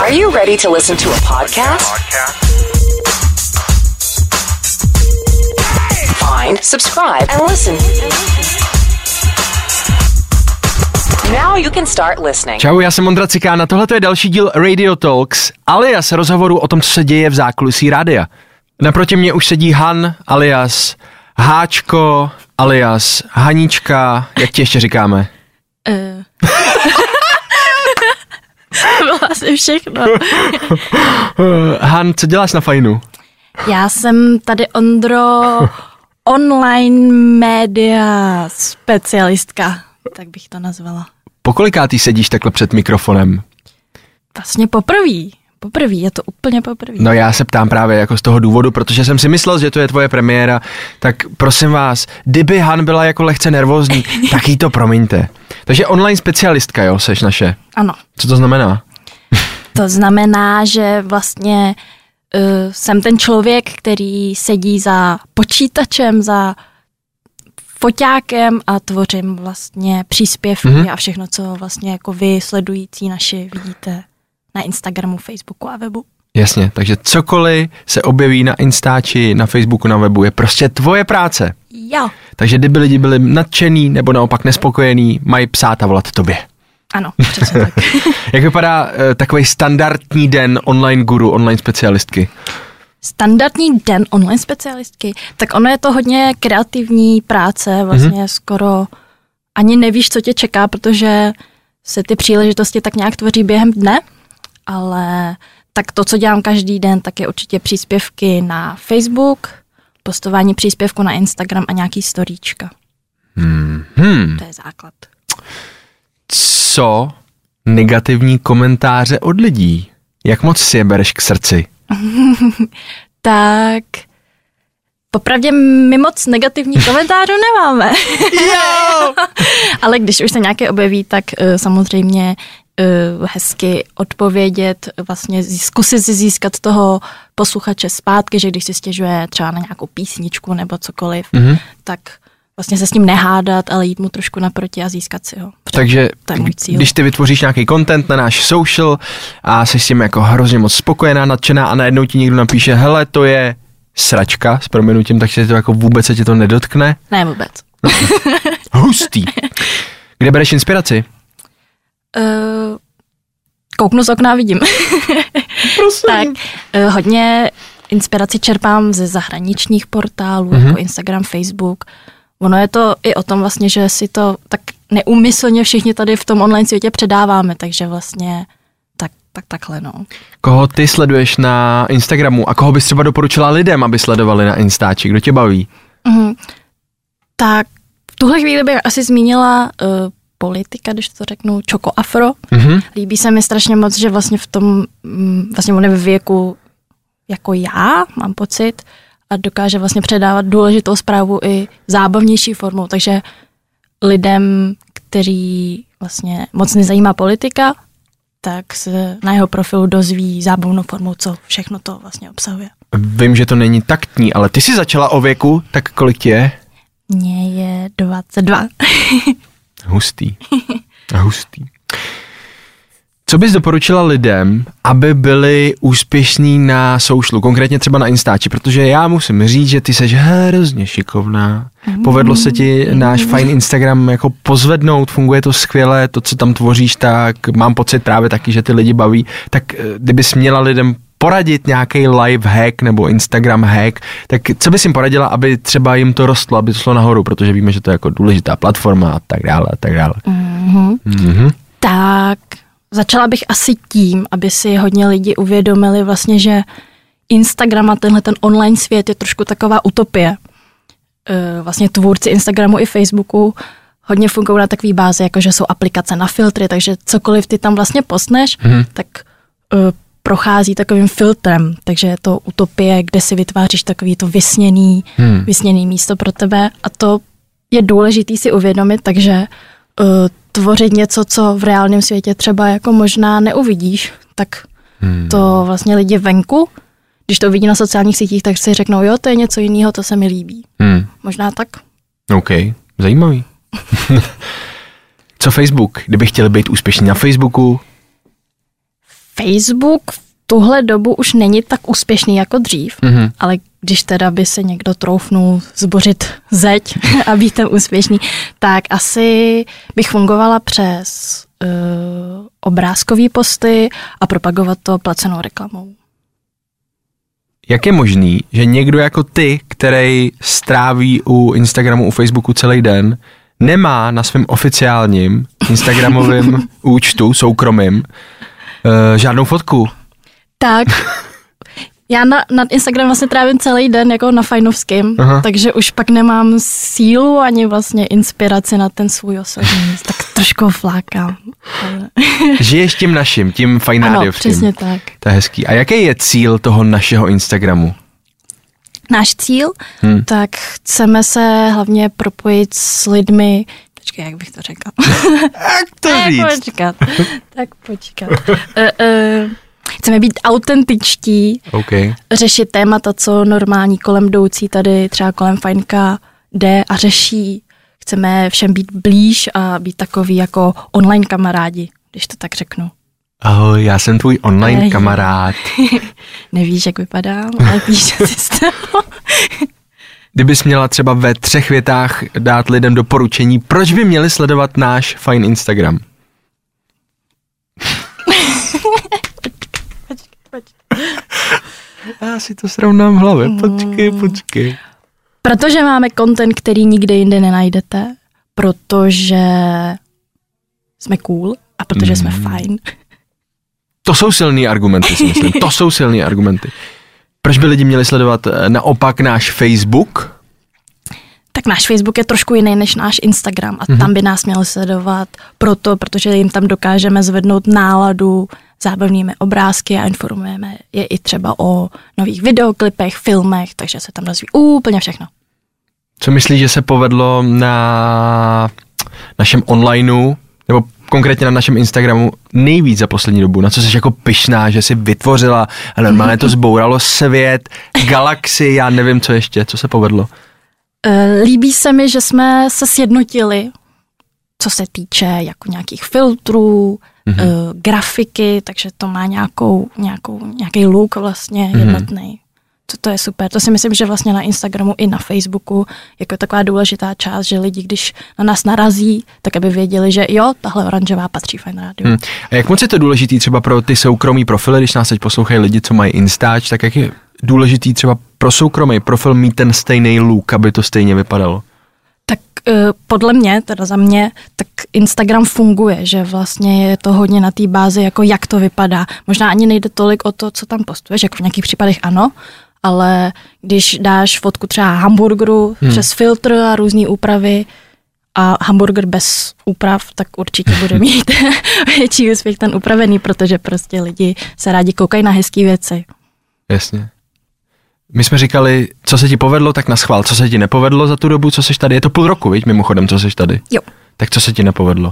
Are you ready to listen to a podcast? Find, subscribe, and listen. Now you can start listening. Čau, já jsem Ondra Cikán a tohle je další díl Radio Talks, alias rozhovoru o tom, co se děje v zákulisí rádia. Naproti mě už sedí Han, alias Háčko, alias Hanička, jak ti ještě říkáme? Bylo asi všechno. Han, co děláš na Fajnu? Já jsem tady, Ondro, online media specialistka, tak bych to nazvala. Po kolikátý sedíš takhle před mikrofonem? Vlastně poprvé, je to úplně poprvé. No já se ptám právě jako z toho důvodu, protože jsem si myslel, že to je tvoje premiéra, tak prosím vás, kdyby Han byla jako lehce nervózní, tak jí to promiňte. Takže online specialistka, jo, seš naše. Ano. Co to znamená? To znamená, že vlastně jsem ten člověk, který sedí za počítačem, za foťákem a tvořím vlastně příspěvky a všechno, co vlastně jako vy sledující naši vidíte na Instagramu, Facebooku a webu. Jasně, takže cokoliv se objeví na Instači, na Facebooku, na webu, je prostě tvoje práce. Jo. Takže kdyby lidi byli nadšený nebo naopak nespokojení, mají psát a volat tobě. Ano, přesně tak. Jak vypadá takový standardní den online guru, online specialistky? Standardní den online specialistky, tak ono je to hodně kreativní práce, vlastně skoro ani nevíš, co tě čeká, protože se ty příležitosti tak nějak tvoří během dne, ale tak to, co dělám každý den, tak je určitě příspěvky na Facebook, postování příspěvku na Instagram a nějaký storíčka. To je základ. Co negativní komentáře od lidí? Jak moc si je bereš k srdci? Tak popravdě my moc negativní komentářů nemáme. Ale když už se nějaké objeví, tak samozřejmě hezky odpovědět, vlastně zkusit si získat toho posluchače zpátky, že když si stěžuje třeba na nějakou písničku nebo cokoliv, tak vlastně se s ním nehádat, ale jít mu trošku naproti a získat si ho. Takže to je můj cíl. Když ty vytvoříš nějaký content na náš social a jsi s tím jako hrozně moc spokojená, nadšená a najednou ti někdo napíše, hele, to je sračka s prominutím, takže to jako vůbec se tě to nedotkne? Ne, vůbec. Hustý. Kde bereš inspiraci? Kouknu z okna a vidím. Tak hodně inspiraci čerpám ze zahraničních portálů, jako Instagram, Facebook. Ono je to i o tom vlastně, že si to tak neúmyslně všichni tady v tom online světě předáváme, takže vlastně takhle, no. Koho ty sleduješ na Instagramu a koho bys třeba doporučila lidem, aby sledovali na Instači? Kdo tě baví? Tak v tuhle chvíli bych asi zmínila politika, když to řeknu, Čoko Afro. Líbí se mi strašně moc, že vlastně v tom, vlastně on je ve věku jako já, mám pocit, a dokáže vlastně předávat důležitou zprávu i zábavnější formou, takže lidem, kteří vlastně moc nezajímá politika, tak se na jeho profilu dozví zábavnou formou, co všechno to vlastně obsahuje. Vím, že to není taktní, ale ty jsi začala o věku, tak kolik ti je? Mně je 22. Hustý. Co bys doporučila lidem, aby byli úspěšní na socialu, konkrétně třeba na Instači, protože já musím říct, že ty seš hrozně šikovná. Povedlo se ti náš fajn Instagram jako pozvednout, funguje to skvěle, to, co tam tvoříš, tak mám pocit právě taky, že ty lidi baví. Tak kdybys měla lidem poradit nějaký live hack nebo Instagram hack, tak co bys jim poradila, aby třeba jim to rostlo, aby to šlo nahoru, protože víme, že to je jako důležitá platforma a tak dále a tak dále. Tak začala bych asi tím, aby si hodně lidi uvědomili vlastně, že Instagram a tenhle ten online svět je trošku taková utopie. Vlastně tvůrci Instagramu i Facebooku hodně fungují na takový bázi, jakože jsou aplikace na filtry, takže cokoliv ty tam vlastně postneš, tak prochází takovým filtrem, takže je to utopie, kde si vytváříš takový to vysněný místo pro tebe a to je důležitý si uvědomit, takže tvořit něco, co v reálném světě třeba jako možná neuvidíš, tak to vlastně lidi venku, když to uvidí na sociálních sítích, tak si řeknou, jo, to je něco jiného, to se mi líbí. Možná tak. OK, zajímavý. Co Facebook? Kdyby chtěli být úspěšní na Facebooku? Facebook v tuhle dobu už není tak úspěšný jako dřív, ale když teda by se někdo troufnul zbořit zeď a být tam úspěšný, tak asi bych fungovala přes obrázkový posty a propagovat to placenou reklamou. Jak je možný, že někdo jako ty, který stráví u Instagramu, u Facebooku celý den, nemá na svém oficiálním Instagramovém účtu, soukromým, žádnou fotku? Tak, já na Instagram vlastně trávím celý den jako na fajnovském, takže už pak nemám sílu ani vlastně inspiraci na ten svůj osobní, tak trošku flákám. Žiješ tím naším, tím fajnádiovským. Ano, přesně tak. To je hezký. A jaký je cíl toho našeho Instagramu? Náš cíl? Tak chceme se hlavně propojit s lidmi. Počkej, jak bych to řekla? Jak to říct? Tak počkat. Chceme být autentičtí, řešit témata, co normální kolem jdoucí tady, třeba kolem Fajnka jde a řeší. Chceme všem být blíž a být takový jako online kamarádi, když to tak řeknu. Ahoj, já jsem tvůj online kamarád. Nevíš, jak vypadám, ale víš, že jsi z toho. Kdybys měla třeba ve 3 větách dát lidem doporučení, proč by měli sledovat náš fajn Instagram? Já si to srovnám v hlavě. Počkej. Protože máme content, který nikde jinde nenajdete, protože jsme cool a protože jsme fajn. To jsou silný argumenty, si myslím. To jsou silný argumenty. Proč by lidi měli sledovat naopak náš Facebook? Tak náš Facebook je trošku jiný než náš Instagram a tam by nás měli sledovat protože jim tam dokážeme zvednout náladu zábavnými obrázky a informujeme je i třeba o nových videoklipech, filmech, takže se tam dozví úplně všechno. Co myslíš, že se povedlo na našem onlineu, nebo konkrétně na našem Instagramu nejvíc za poslední dobu? Na co jsi jako pyšná, že jsi vytvořila a normálně to zbouralo svět, galaxii, já nevím, co ještě, co se povedlo? Líbí se mi, že jsme se sjednotili, co se týče jako nějakých filtrů, grafiky, takže to má nějaký look vlastně jednotný. To je super. To si myslím, že vlastně na Instagramu i na Facebooku jako taková důležitá část, že lidi, když na nás narazí, tak aby věděli, že jo, tahle oranžová patří Fajn rádiu. A jak moc je to důležitý třeba pro ty soukromý profily, když nás teď poslouchají lidi, co mají Instač, tak jak je důležitý třeba pro soukromý profil mít ten stejný look, aby to stejně vypadalo? Tak podle mě, teda za mě, tak Instagram funguje, že vlastně je to hodně na té bázi, jako jak to vypadá. Možná ani nejde tolik o to, co tam postuješ, jako v nějakých případech ano, ale když dáš fotku třeba hamburgeru přes filtr a různý úpravy a hamburger bez úprav, tak určitě bude mít větší úspěch ten upravený, protože prostě lidi se rádi koukají na hezký věci. Jasně. My jsme říkali, co se ti povedlo, tak naschvál. Co se ti nepovedlo za tu dobu, co seš tady? Je to půl roku, viď, mimochodem, co seš tady? Jo. Tak co se ti nepovedlo?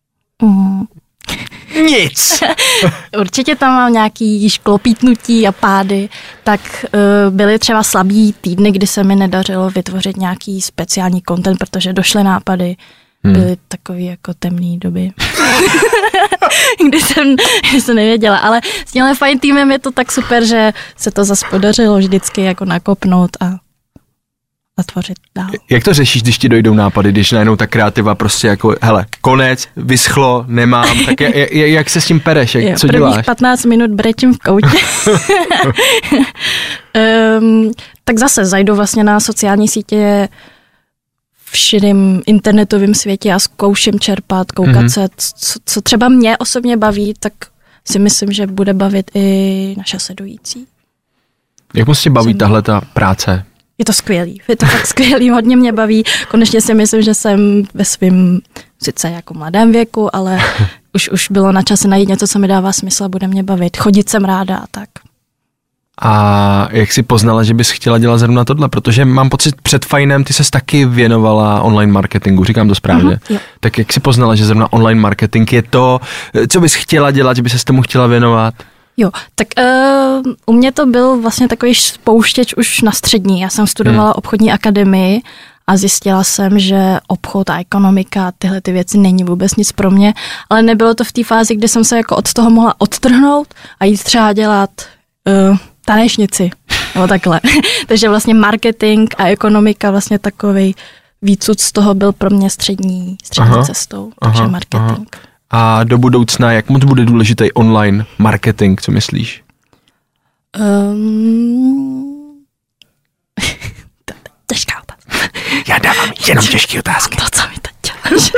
Nic. Určitě tam mám nějaký šklopítnutí a pády, tak byly třeba slabý týdny, kdy se mi nedařilo vytvořit nějaký speciální content, protože došly nápady, byly takový jako temný doby, kdy jsem nevěděla, ale s tímhle fajn týmem je to tak super, že se to zase podařilo vždycky jako nakopnout a tvořit dál. Jak to řešíš, když ti dojdou nápady, když najednou ta kreativa prostě jako, hele, konec, vyschlo, nemám, tak jak se s tím pereš, co děláš? Prvních 15 minut brečím v koutě. Tak zase zajdu vlastně na sociální sítě v širém internetovém světě a zkouším čerpat, koukat se, co třeba mě osobně baví, tak si myslím, že bude bavit i naše sledující. Jak moc tě baví tahle ta práce? Je to skvělý, je to fakt skvělý, hodně mě baví. Konečně si myslím, že jsem ve svým sice jako mladém věku, ale už bylo na čase najít něco, co mi dává smysl a bude mě bavit. Chodit jsem ráda a tak. A jak jsi poznala, že bys chtěla dělat zrovna tohle? Protože mám pocit, před Fajnem ty ses taky věnovala online marketingu, říkám to správně. Tak jak jsi poznala, že zrovna online marketing je to, co bys chtěla dělat, že bys se tomu chtěla věnovat? Jo, tak u mě to byl vlastně takový spouštěč už na střední. Já jsem studovala obchodní akademii a zjistila jsem, že obchod a ekonomika, tyhle ty věci není vůbec nic pro mě, ale nebylo to v té fázi, kdy jsem se jako od toho mohla odtrhnout a jít třeba dělat tanečnici, nebo takhle. Takže vlastně marketing a ekonomika vlastně takovej výcud z toho byl pro mě střední cestou, takže marketing. A do budoucna, jak moc bude důležitý online marketing, co myslíš? Těžká otázka. Já dávám jenom těžké otázky. To, co mi teď děláš.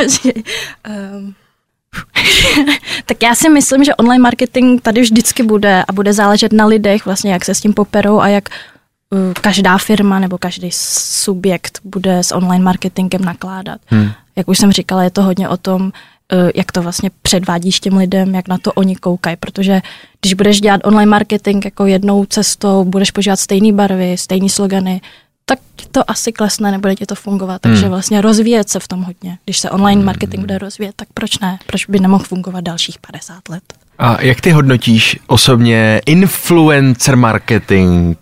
Tak já si myslím, že online marketing tady vždycky bude a bude záležet na lidech, vlastně jak se s tím poperou a jak každá firma nebo každý subjekt bude s online marketingem nakládat. Jak už jsem říkala, je to hodně o tom, jak to vlastně předvádíš těm lidem, jak na to oni koukají, protože když budeš dělat online marketing jako jednou cestou, budeš používat stejné barvy, stejné slogany, tak to asi klesne, nebude ti to fungovat. Takže vlastně rozvíjet se v tom hodně. Když se online marketing bude rozvíjet, tak proč ne? Proč by nemohl fungovat dalších 50 let? A jak ty hodnotíš osobně influencer marketing?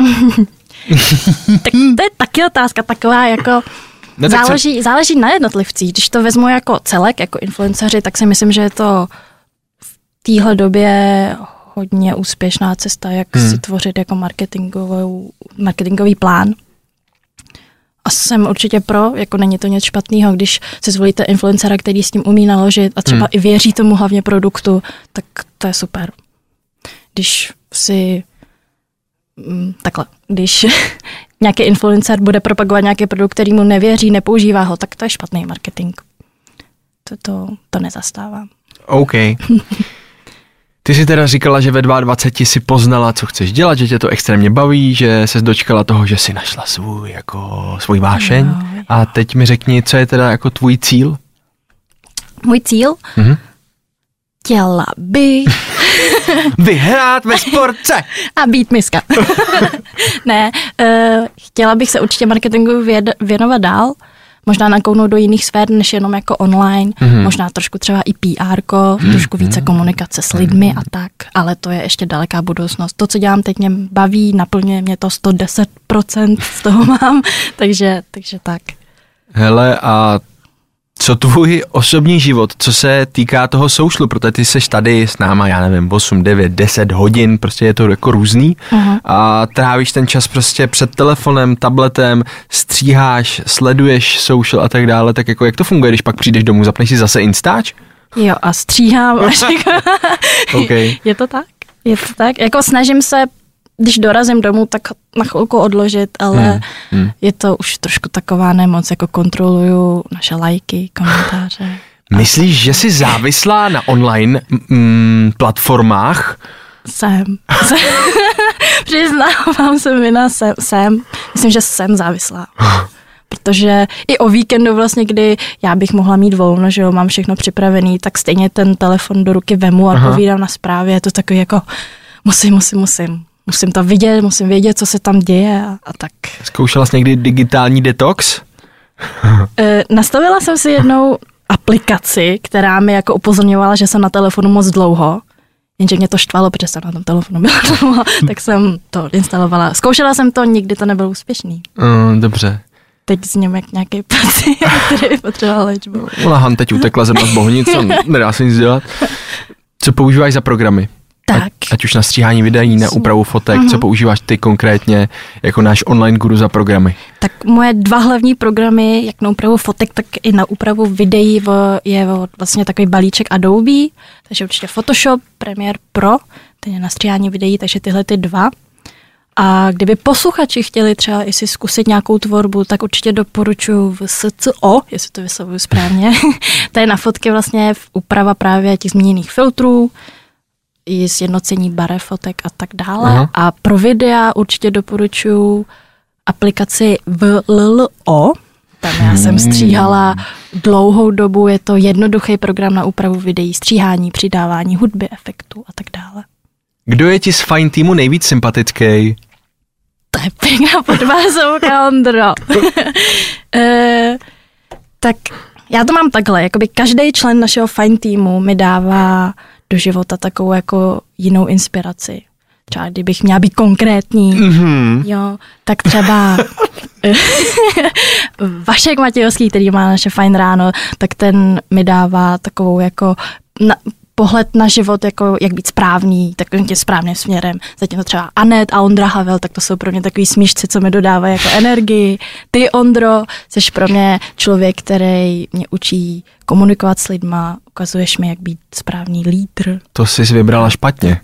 Tak to je taky otázka taková jako... No, záleží na jednotlivcích. Když to vezmu jako celek, jako influenceři, tak si myslím, že je to v téhle době hodně úspěšná cesta, jak si tvořit jako marketingový plán. A jsem určitě pro, jako není to nic špatného, když si zvolíte influencera, který s tím umí naložit a třeba i věří tomu hlavně produktu, tak to je super. Když si takhle, když nějaký influencer bude propagovat nějaký produkt, který mu nevěří, nepoužívá ho, tak to je špatný marketing. To nezastávám. OK. Ty jsi teda říkala, že ve 22 si poznala, co chceš dělat, že tě to extrémně baví, že ses dočkala toho, že si našla svůj vášeň. Jo. A teď mi řekni, co je teda jako tvůj cíl? Můj cíl? Chtěla bych vyhrát ve sportce a být miska. Ne, chtěla bych se určitě marketingu věnovat dál, možná nakouknout do jiných sfér, než jenom jako online, možná trošku třeba i PR-ko, trošku více komunikace s lidmi a tak, ale to je ještě daleká budoucnost. To, co dělám teď, mě baví, naplňuje mě to 110% z toho mám, takže tak. Hele, a co tvůj osobní život, co se týká toho socialu, protože ty seš tady s náma, já nevím, 8, 9, 10 hodin, prostě je to jako různý a trávíš ten čas prostě před telefonem, tabletem, stříháš, sleduješ social a tak dále, tak jako jak to funguje, když pak přijdeš domů, zapneš si zase Instač? Jo a stříhám. Okay. Je to tak, jako snažím se, když dorazím domů, tak na chvilku odložit, ale je to už trošku taková nemoc, jako kontroluju naše lajky, komentáře. Myslíš, že jsi závislá na online platformách? Jsem. Přiznávám se vina, jsem. Myslím, že jsem závislá. Protože i o víkendu vlastně, kdy já bych mohla mít volno, že jo, mám všechno připravený, tak stejně ten telefon do ruky vemu a povídám na zprávě. Je to takový jako musím to vidět, musím vědět, co se tam děje a tak. Zkoušela jsi někdy digitální detox? Nastavila jsem si jednou aplikaci, která mi jako upozorňovala, že jsem na telefonu moc dlouho, jenže mě to štvalo, protože jsem na tom telefonu byla dlouho, tak jsem to instalovala. Zkoušela jsem to, nikdy to nebylo úspěšný. Dobře. Teď s ním jak nějaký pacient, který potřeboval léčbu. Ona teď utekla ze mnou z Bohunic, nedá se nic dělat. Co používáš za programy? Tak. Ať už na stříhání videí, na úpravu fotek, co používáš ty konkrétně jako náš online guru za programy? Tak moje 2 hlavní programy, jak na úpravu fotek, tak i na úpravu videí je vlastně takový balíček Adobe, takže určitě Photoshop, Premiere Pro, ten je na stříhání videí, takže tyhle ty 2. A kdyby posluchači chtěli třeba i si zkusit nějakou tvorbu, tak určitě doporučuji VSCO, jestli to vyslovuju správně. To je na fotky vlastně úprava právě těch změněných filtrů, i sjednocení barev fotek a tak dále. A pro videa určitě doporučuji aplikaci VLLO. Tam já jsem stříhala dlouhou dobu, je to jednoduchý program na úpravu videí, stříhání, přidávání hudby, efektů a tak dále. Kdo je ti z Fine Teamu nejvíc sympatický? To je pěkná podvázovka, Ondro. Tak já to mám takhle, jakoby každý člen našeho Fine Teamu mi dává do života takovou jako jinou inspiraci. třeba kdybych měla být konkrétní, jo, tak třeba Vašek Matějovský, který má naše Fajn ráno, tak ten mi dává takovou jako pohled na život, jako jak být správný, takovým tím správným směrem. Zatím to třeba Anet a Ondra Havel, tak to jsou pro mě takový smíšci, co mi dodávají jako energii. Ty, Ondro, jsi pro mě člověk, který mě učí komunikovat s lidma, ukazuješ mi, jak být správný lídr. To jsi vybrala špatně.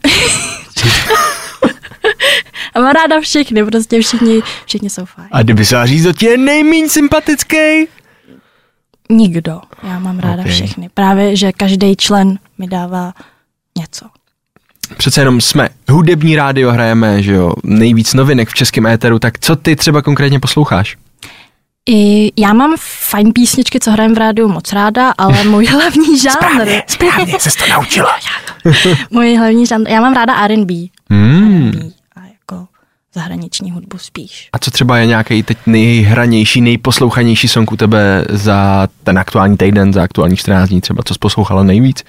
A mám ráda všechny, prostě všichni jsou fajn. A kdyby se říct, to ti je nejméně sympatický? Nikdo. Já mám ráda všechny. Právě, že každý člen mi dává něco. Přece jenom jsme hudební rádio, hrajeme, že jo, nejvíc novinek v českém éteru, tak co ty třeba konkrétně posloucháš? Já mám fajn písničky, co hrajem v rádiu moc ráda, ale můj hlavní žánr... Správně, ses to naučila. Můj hlavní žánr... Já mám ráda R&B. A jako zahraniční hudbu spíš. A co třeba je nějaký teď nejhranější, nejposlouchanější song u tebe za ten aktuální týden, za aktuální 14 dní třeba, co jsi poslouchala nejvíc?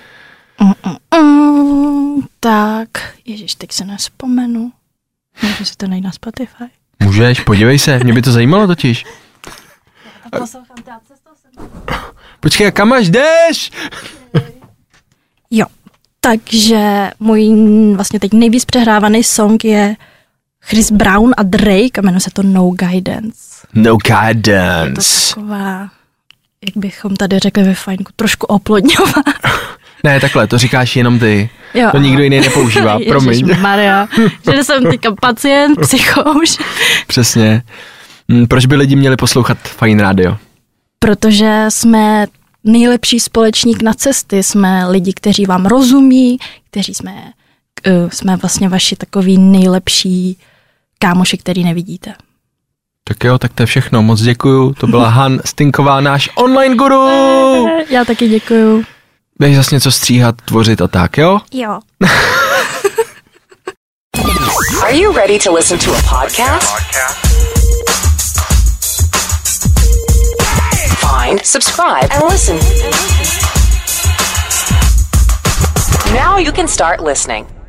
Tak, ježiš, teď se nespomenu. Můžu si to najít na Spotify? Můžeš, podívej se, mě by to zajímalo totiž. Poslouchám teda cestou sem. Počkej, kam až jdeš? Jo, takže můj vlastně teď nejvíc přehrávaný song je Chris Brown a Drake a jmenuje se to No Guidance. No Guidance. Je to taková, jak bychom tady řekli ve Fajnku, trošku oplodňová. Ne, takhle, to říkáš jenom ty. Jo. To nikdo jiný nepoužívá, promiň. Ježišmarja, že jsem teďka pacient, psychouš. Přesně. Proč by lidi měli poslouchat Fajn rádio? Protože jsme nejlepší společník na cesty, jsme lidi, kteří vám rozumí, kteří jsme vlastně vaši takový nejlepší kámoši, který nevidíte. Tak jo, tak to je všechno, moc děkuju. To byla Han Stinková, náš online guru. Já taky děkuju. Běž zase něco stříhat, tvořit a tak, jo? Jo. Are you ready to listen to a podcast? Find, subscribe, and listen. Now you can start listening.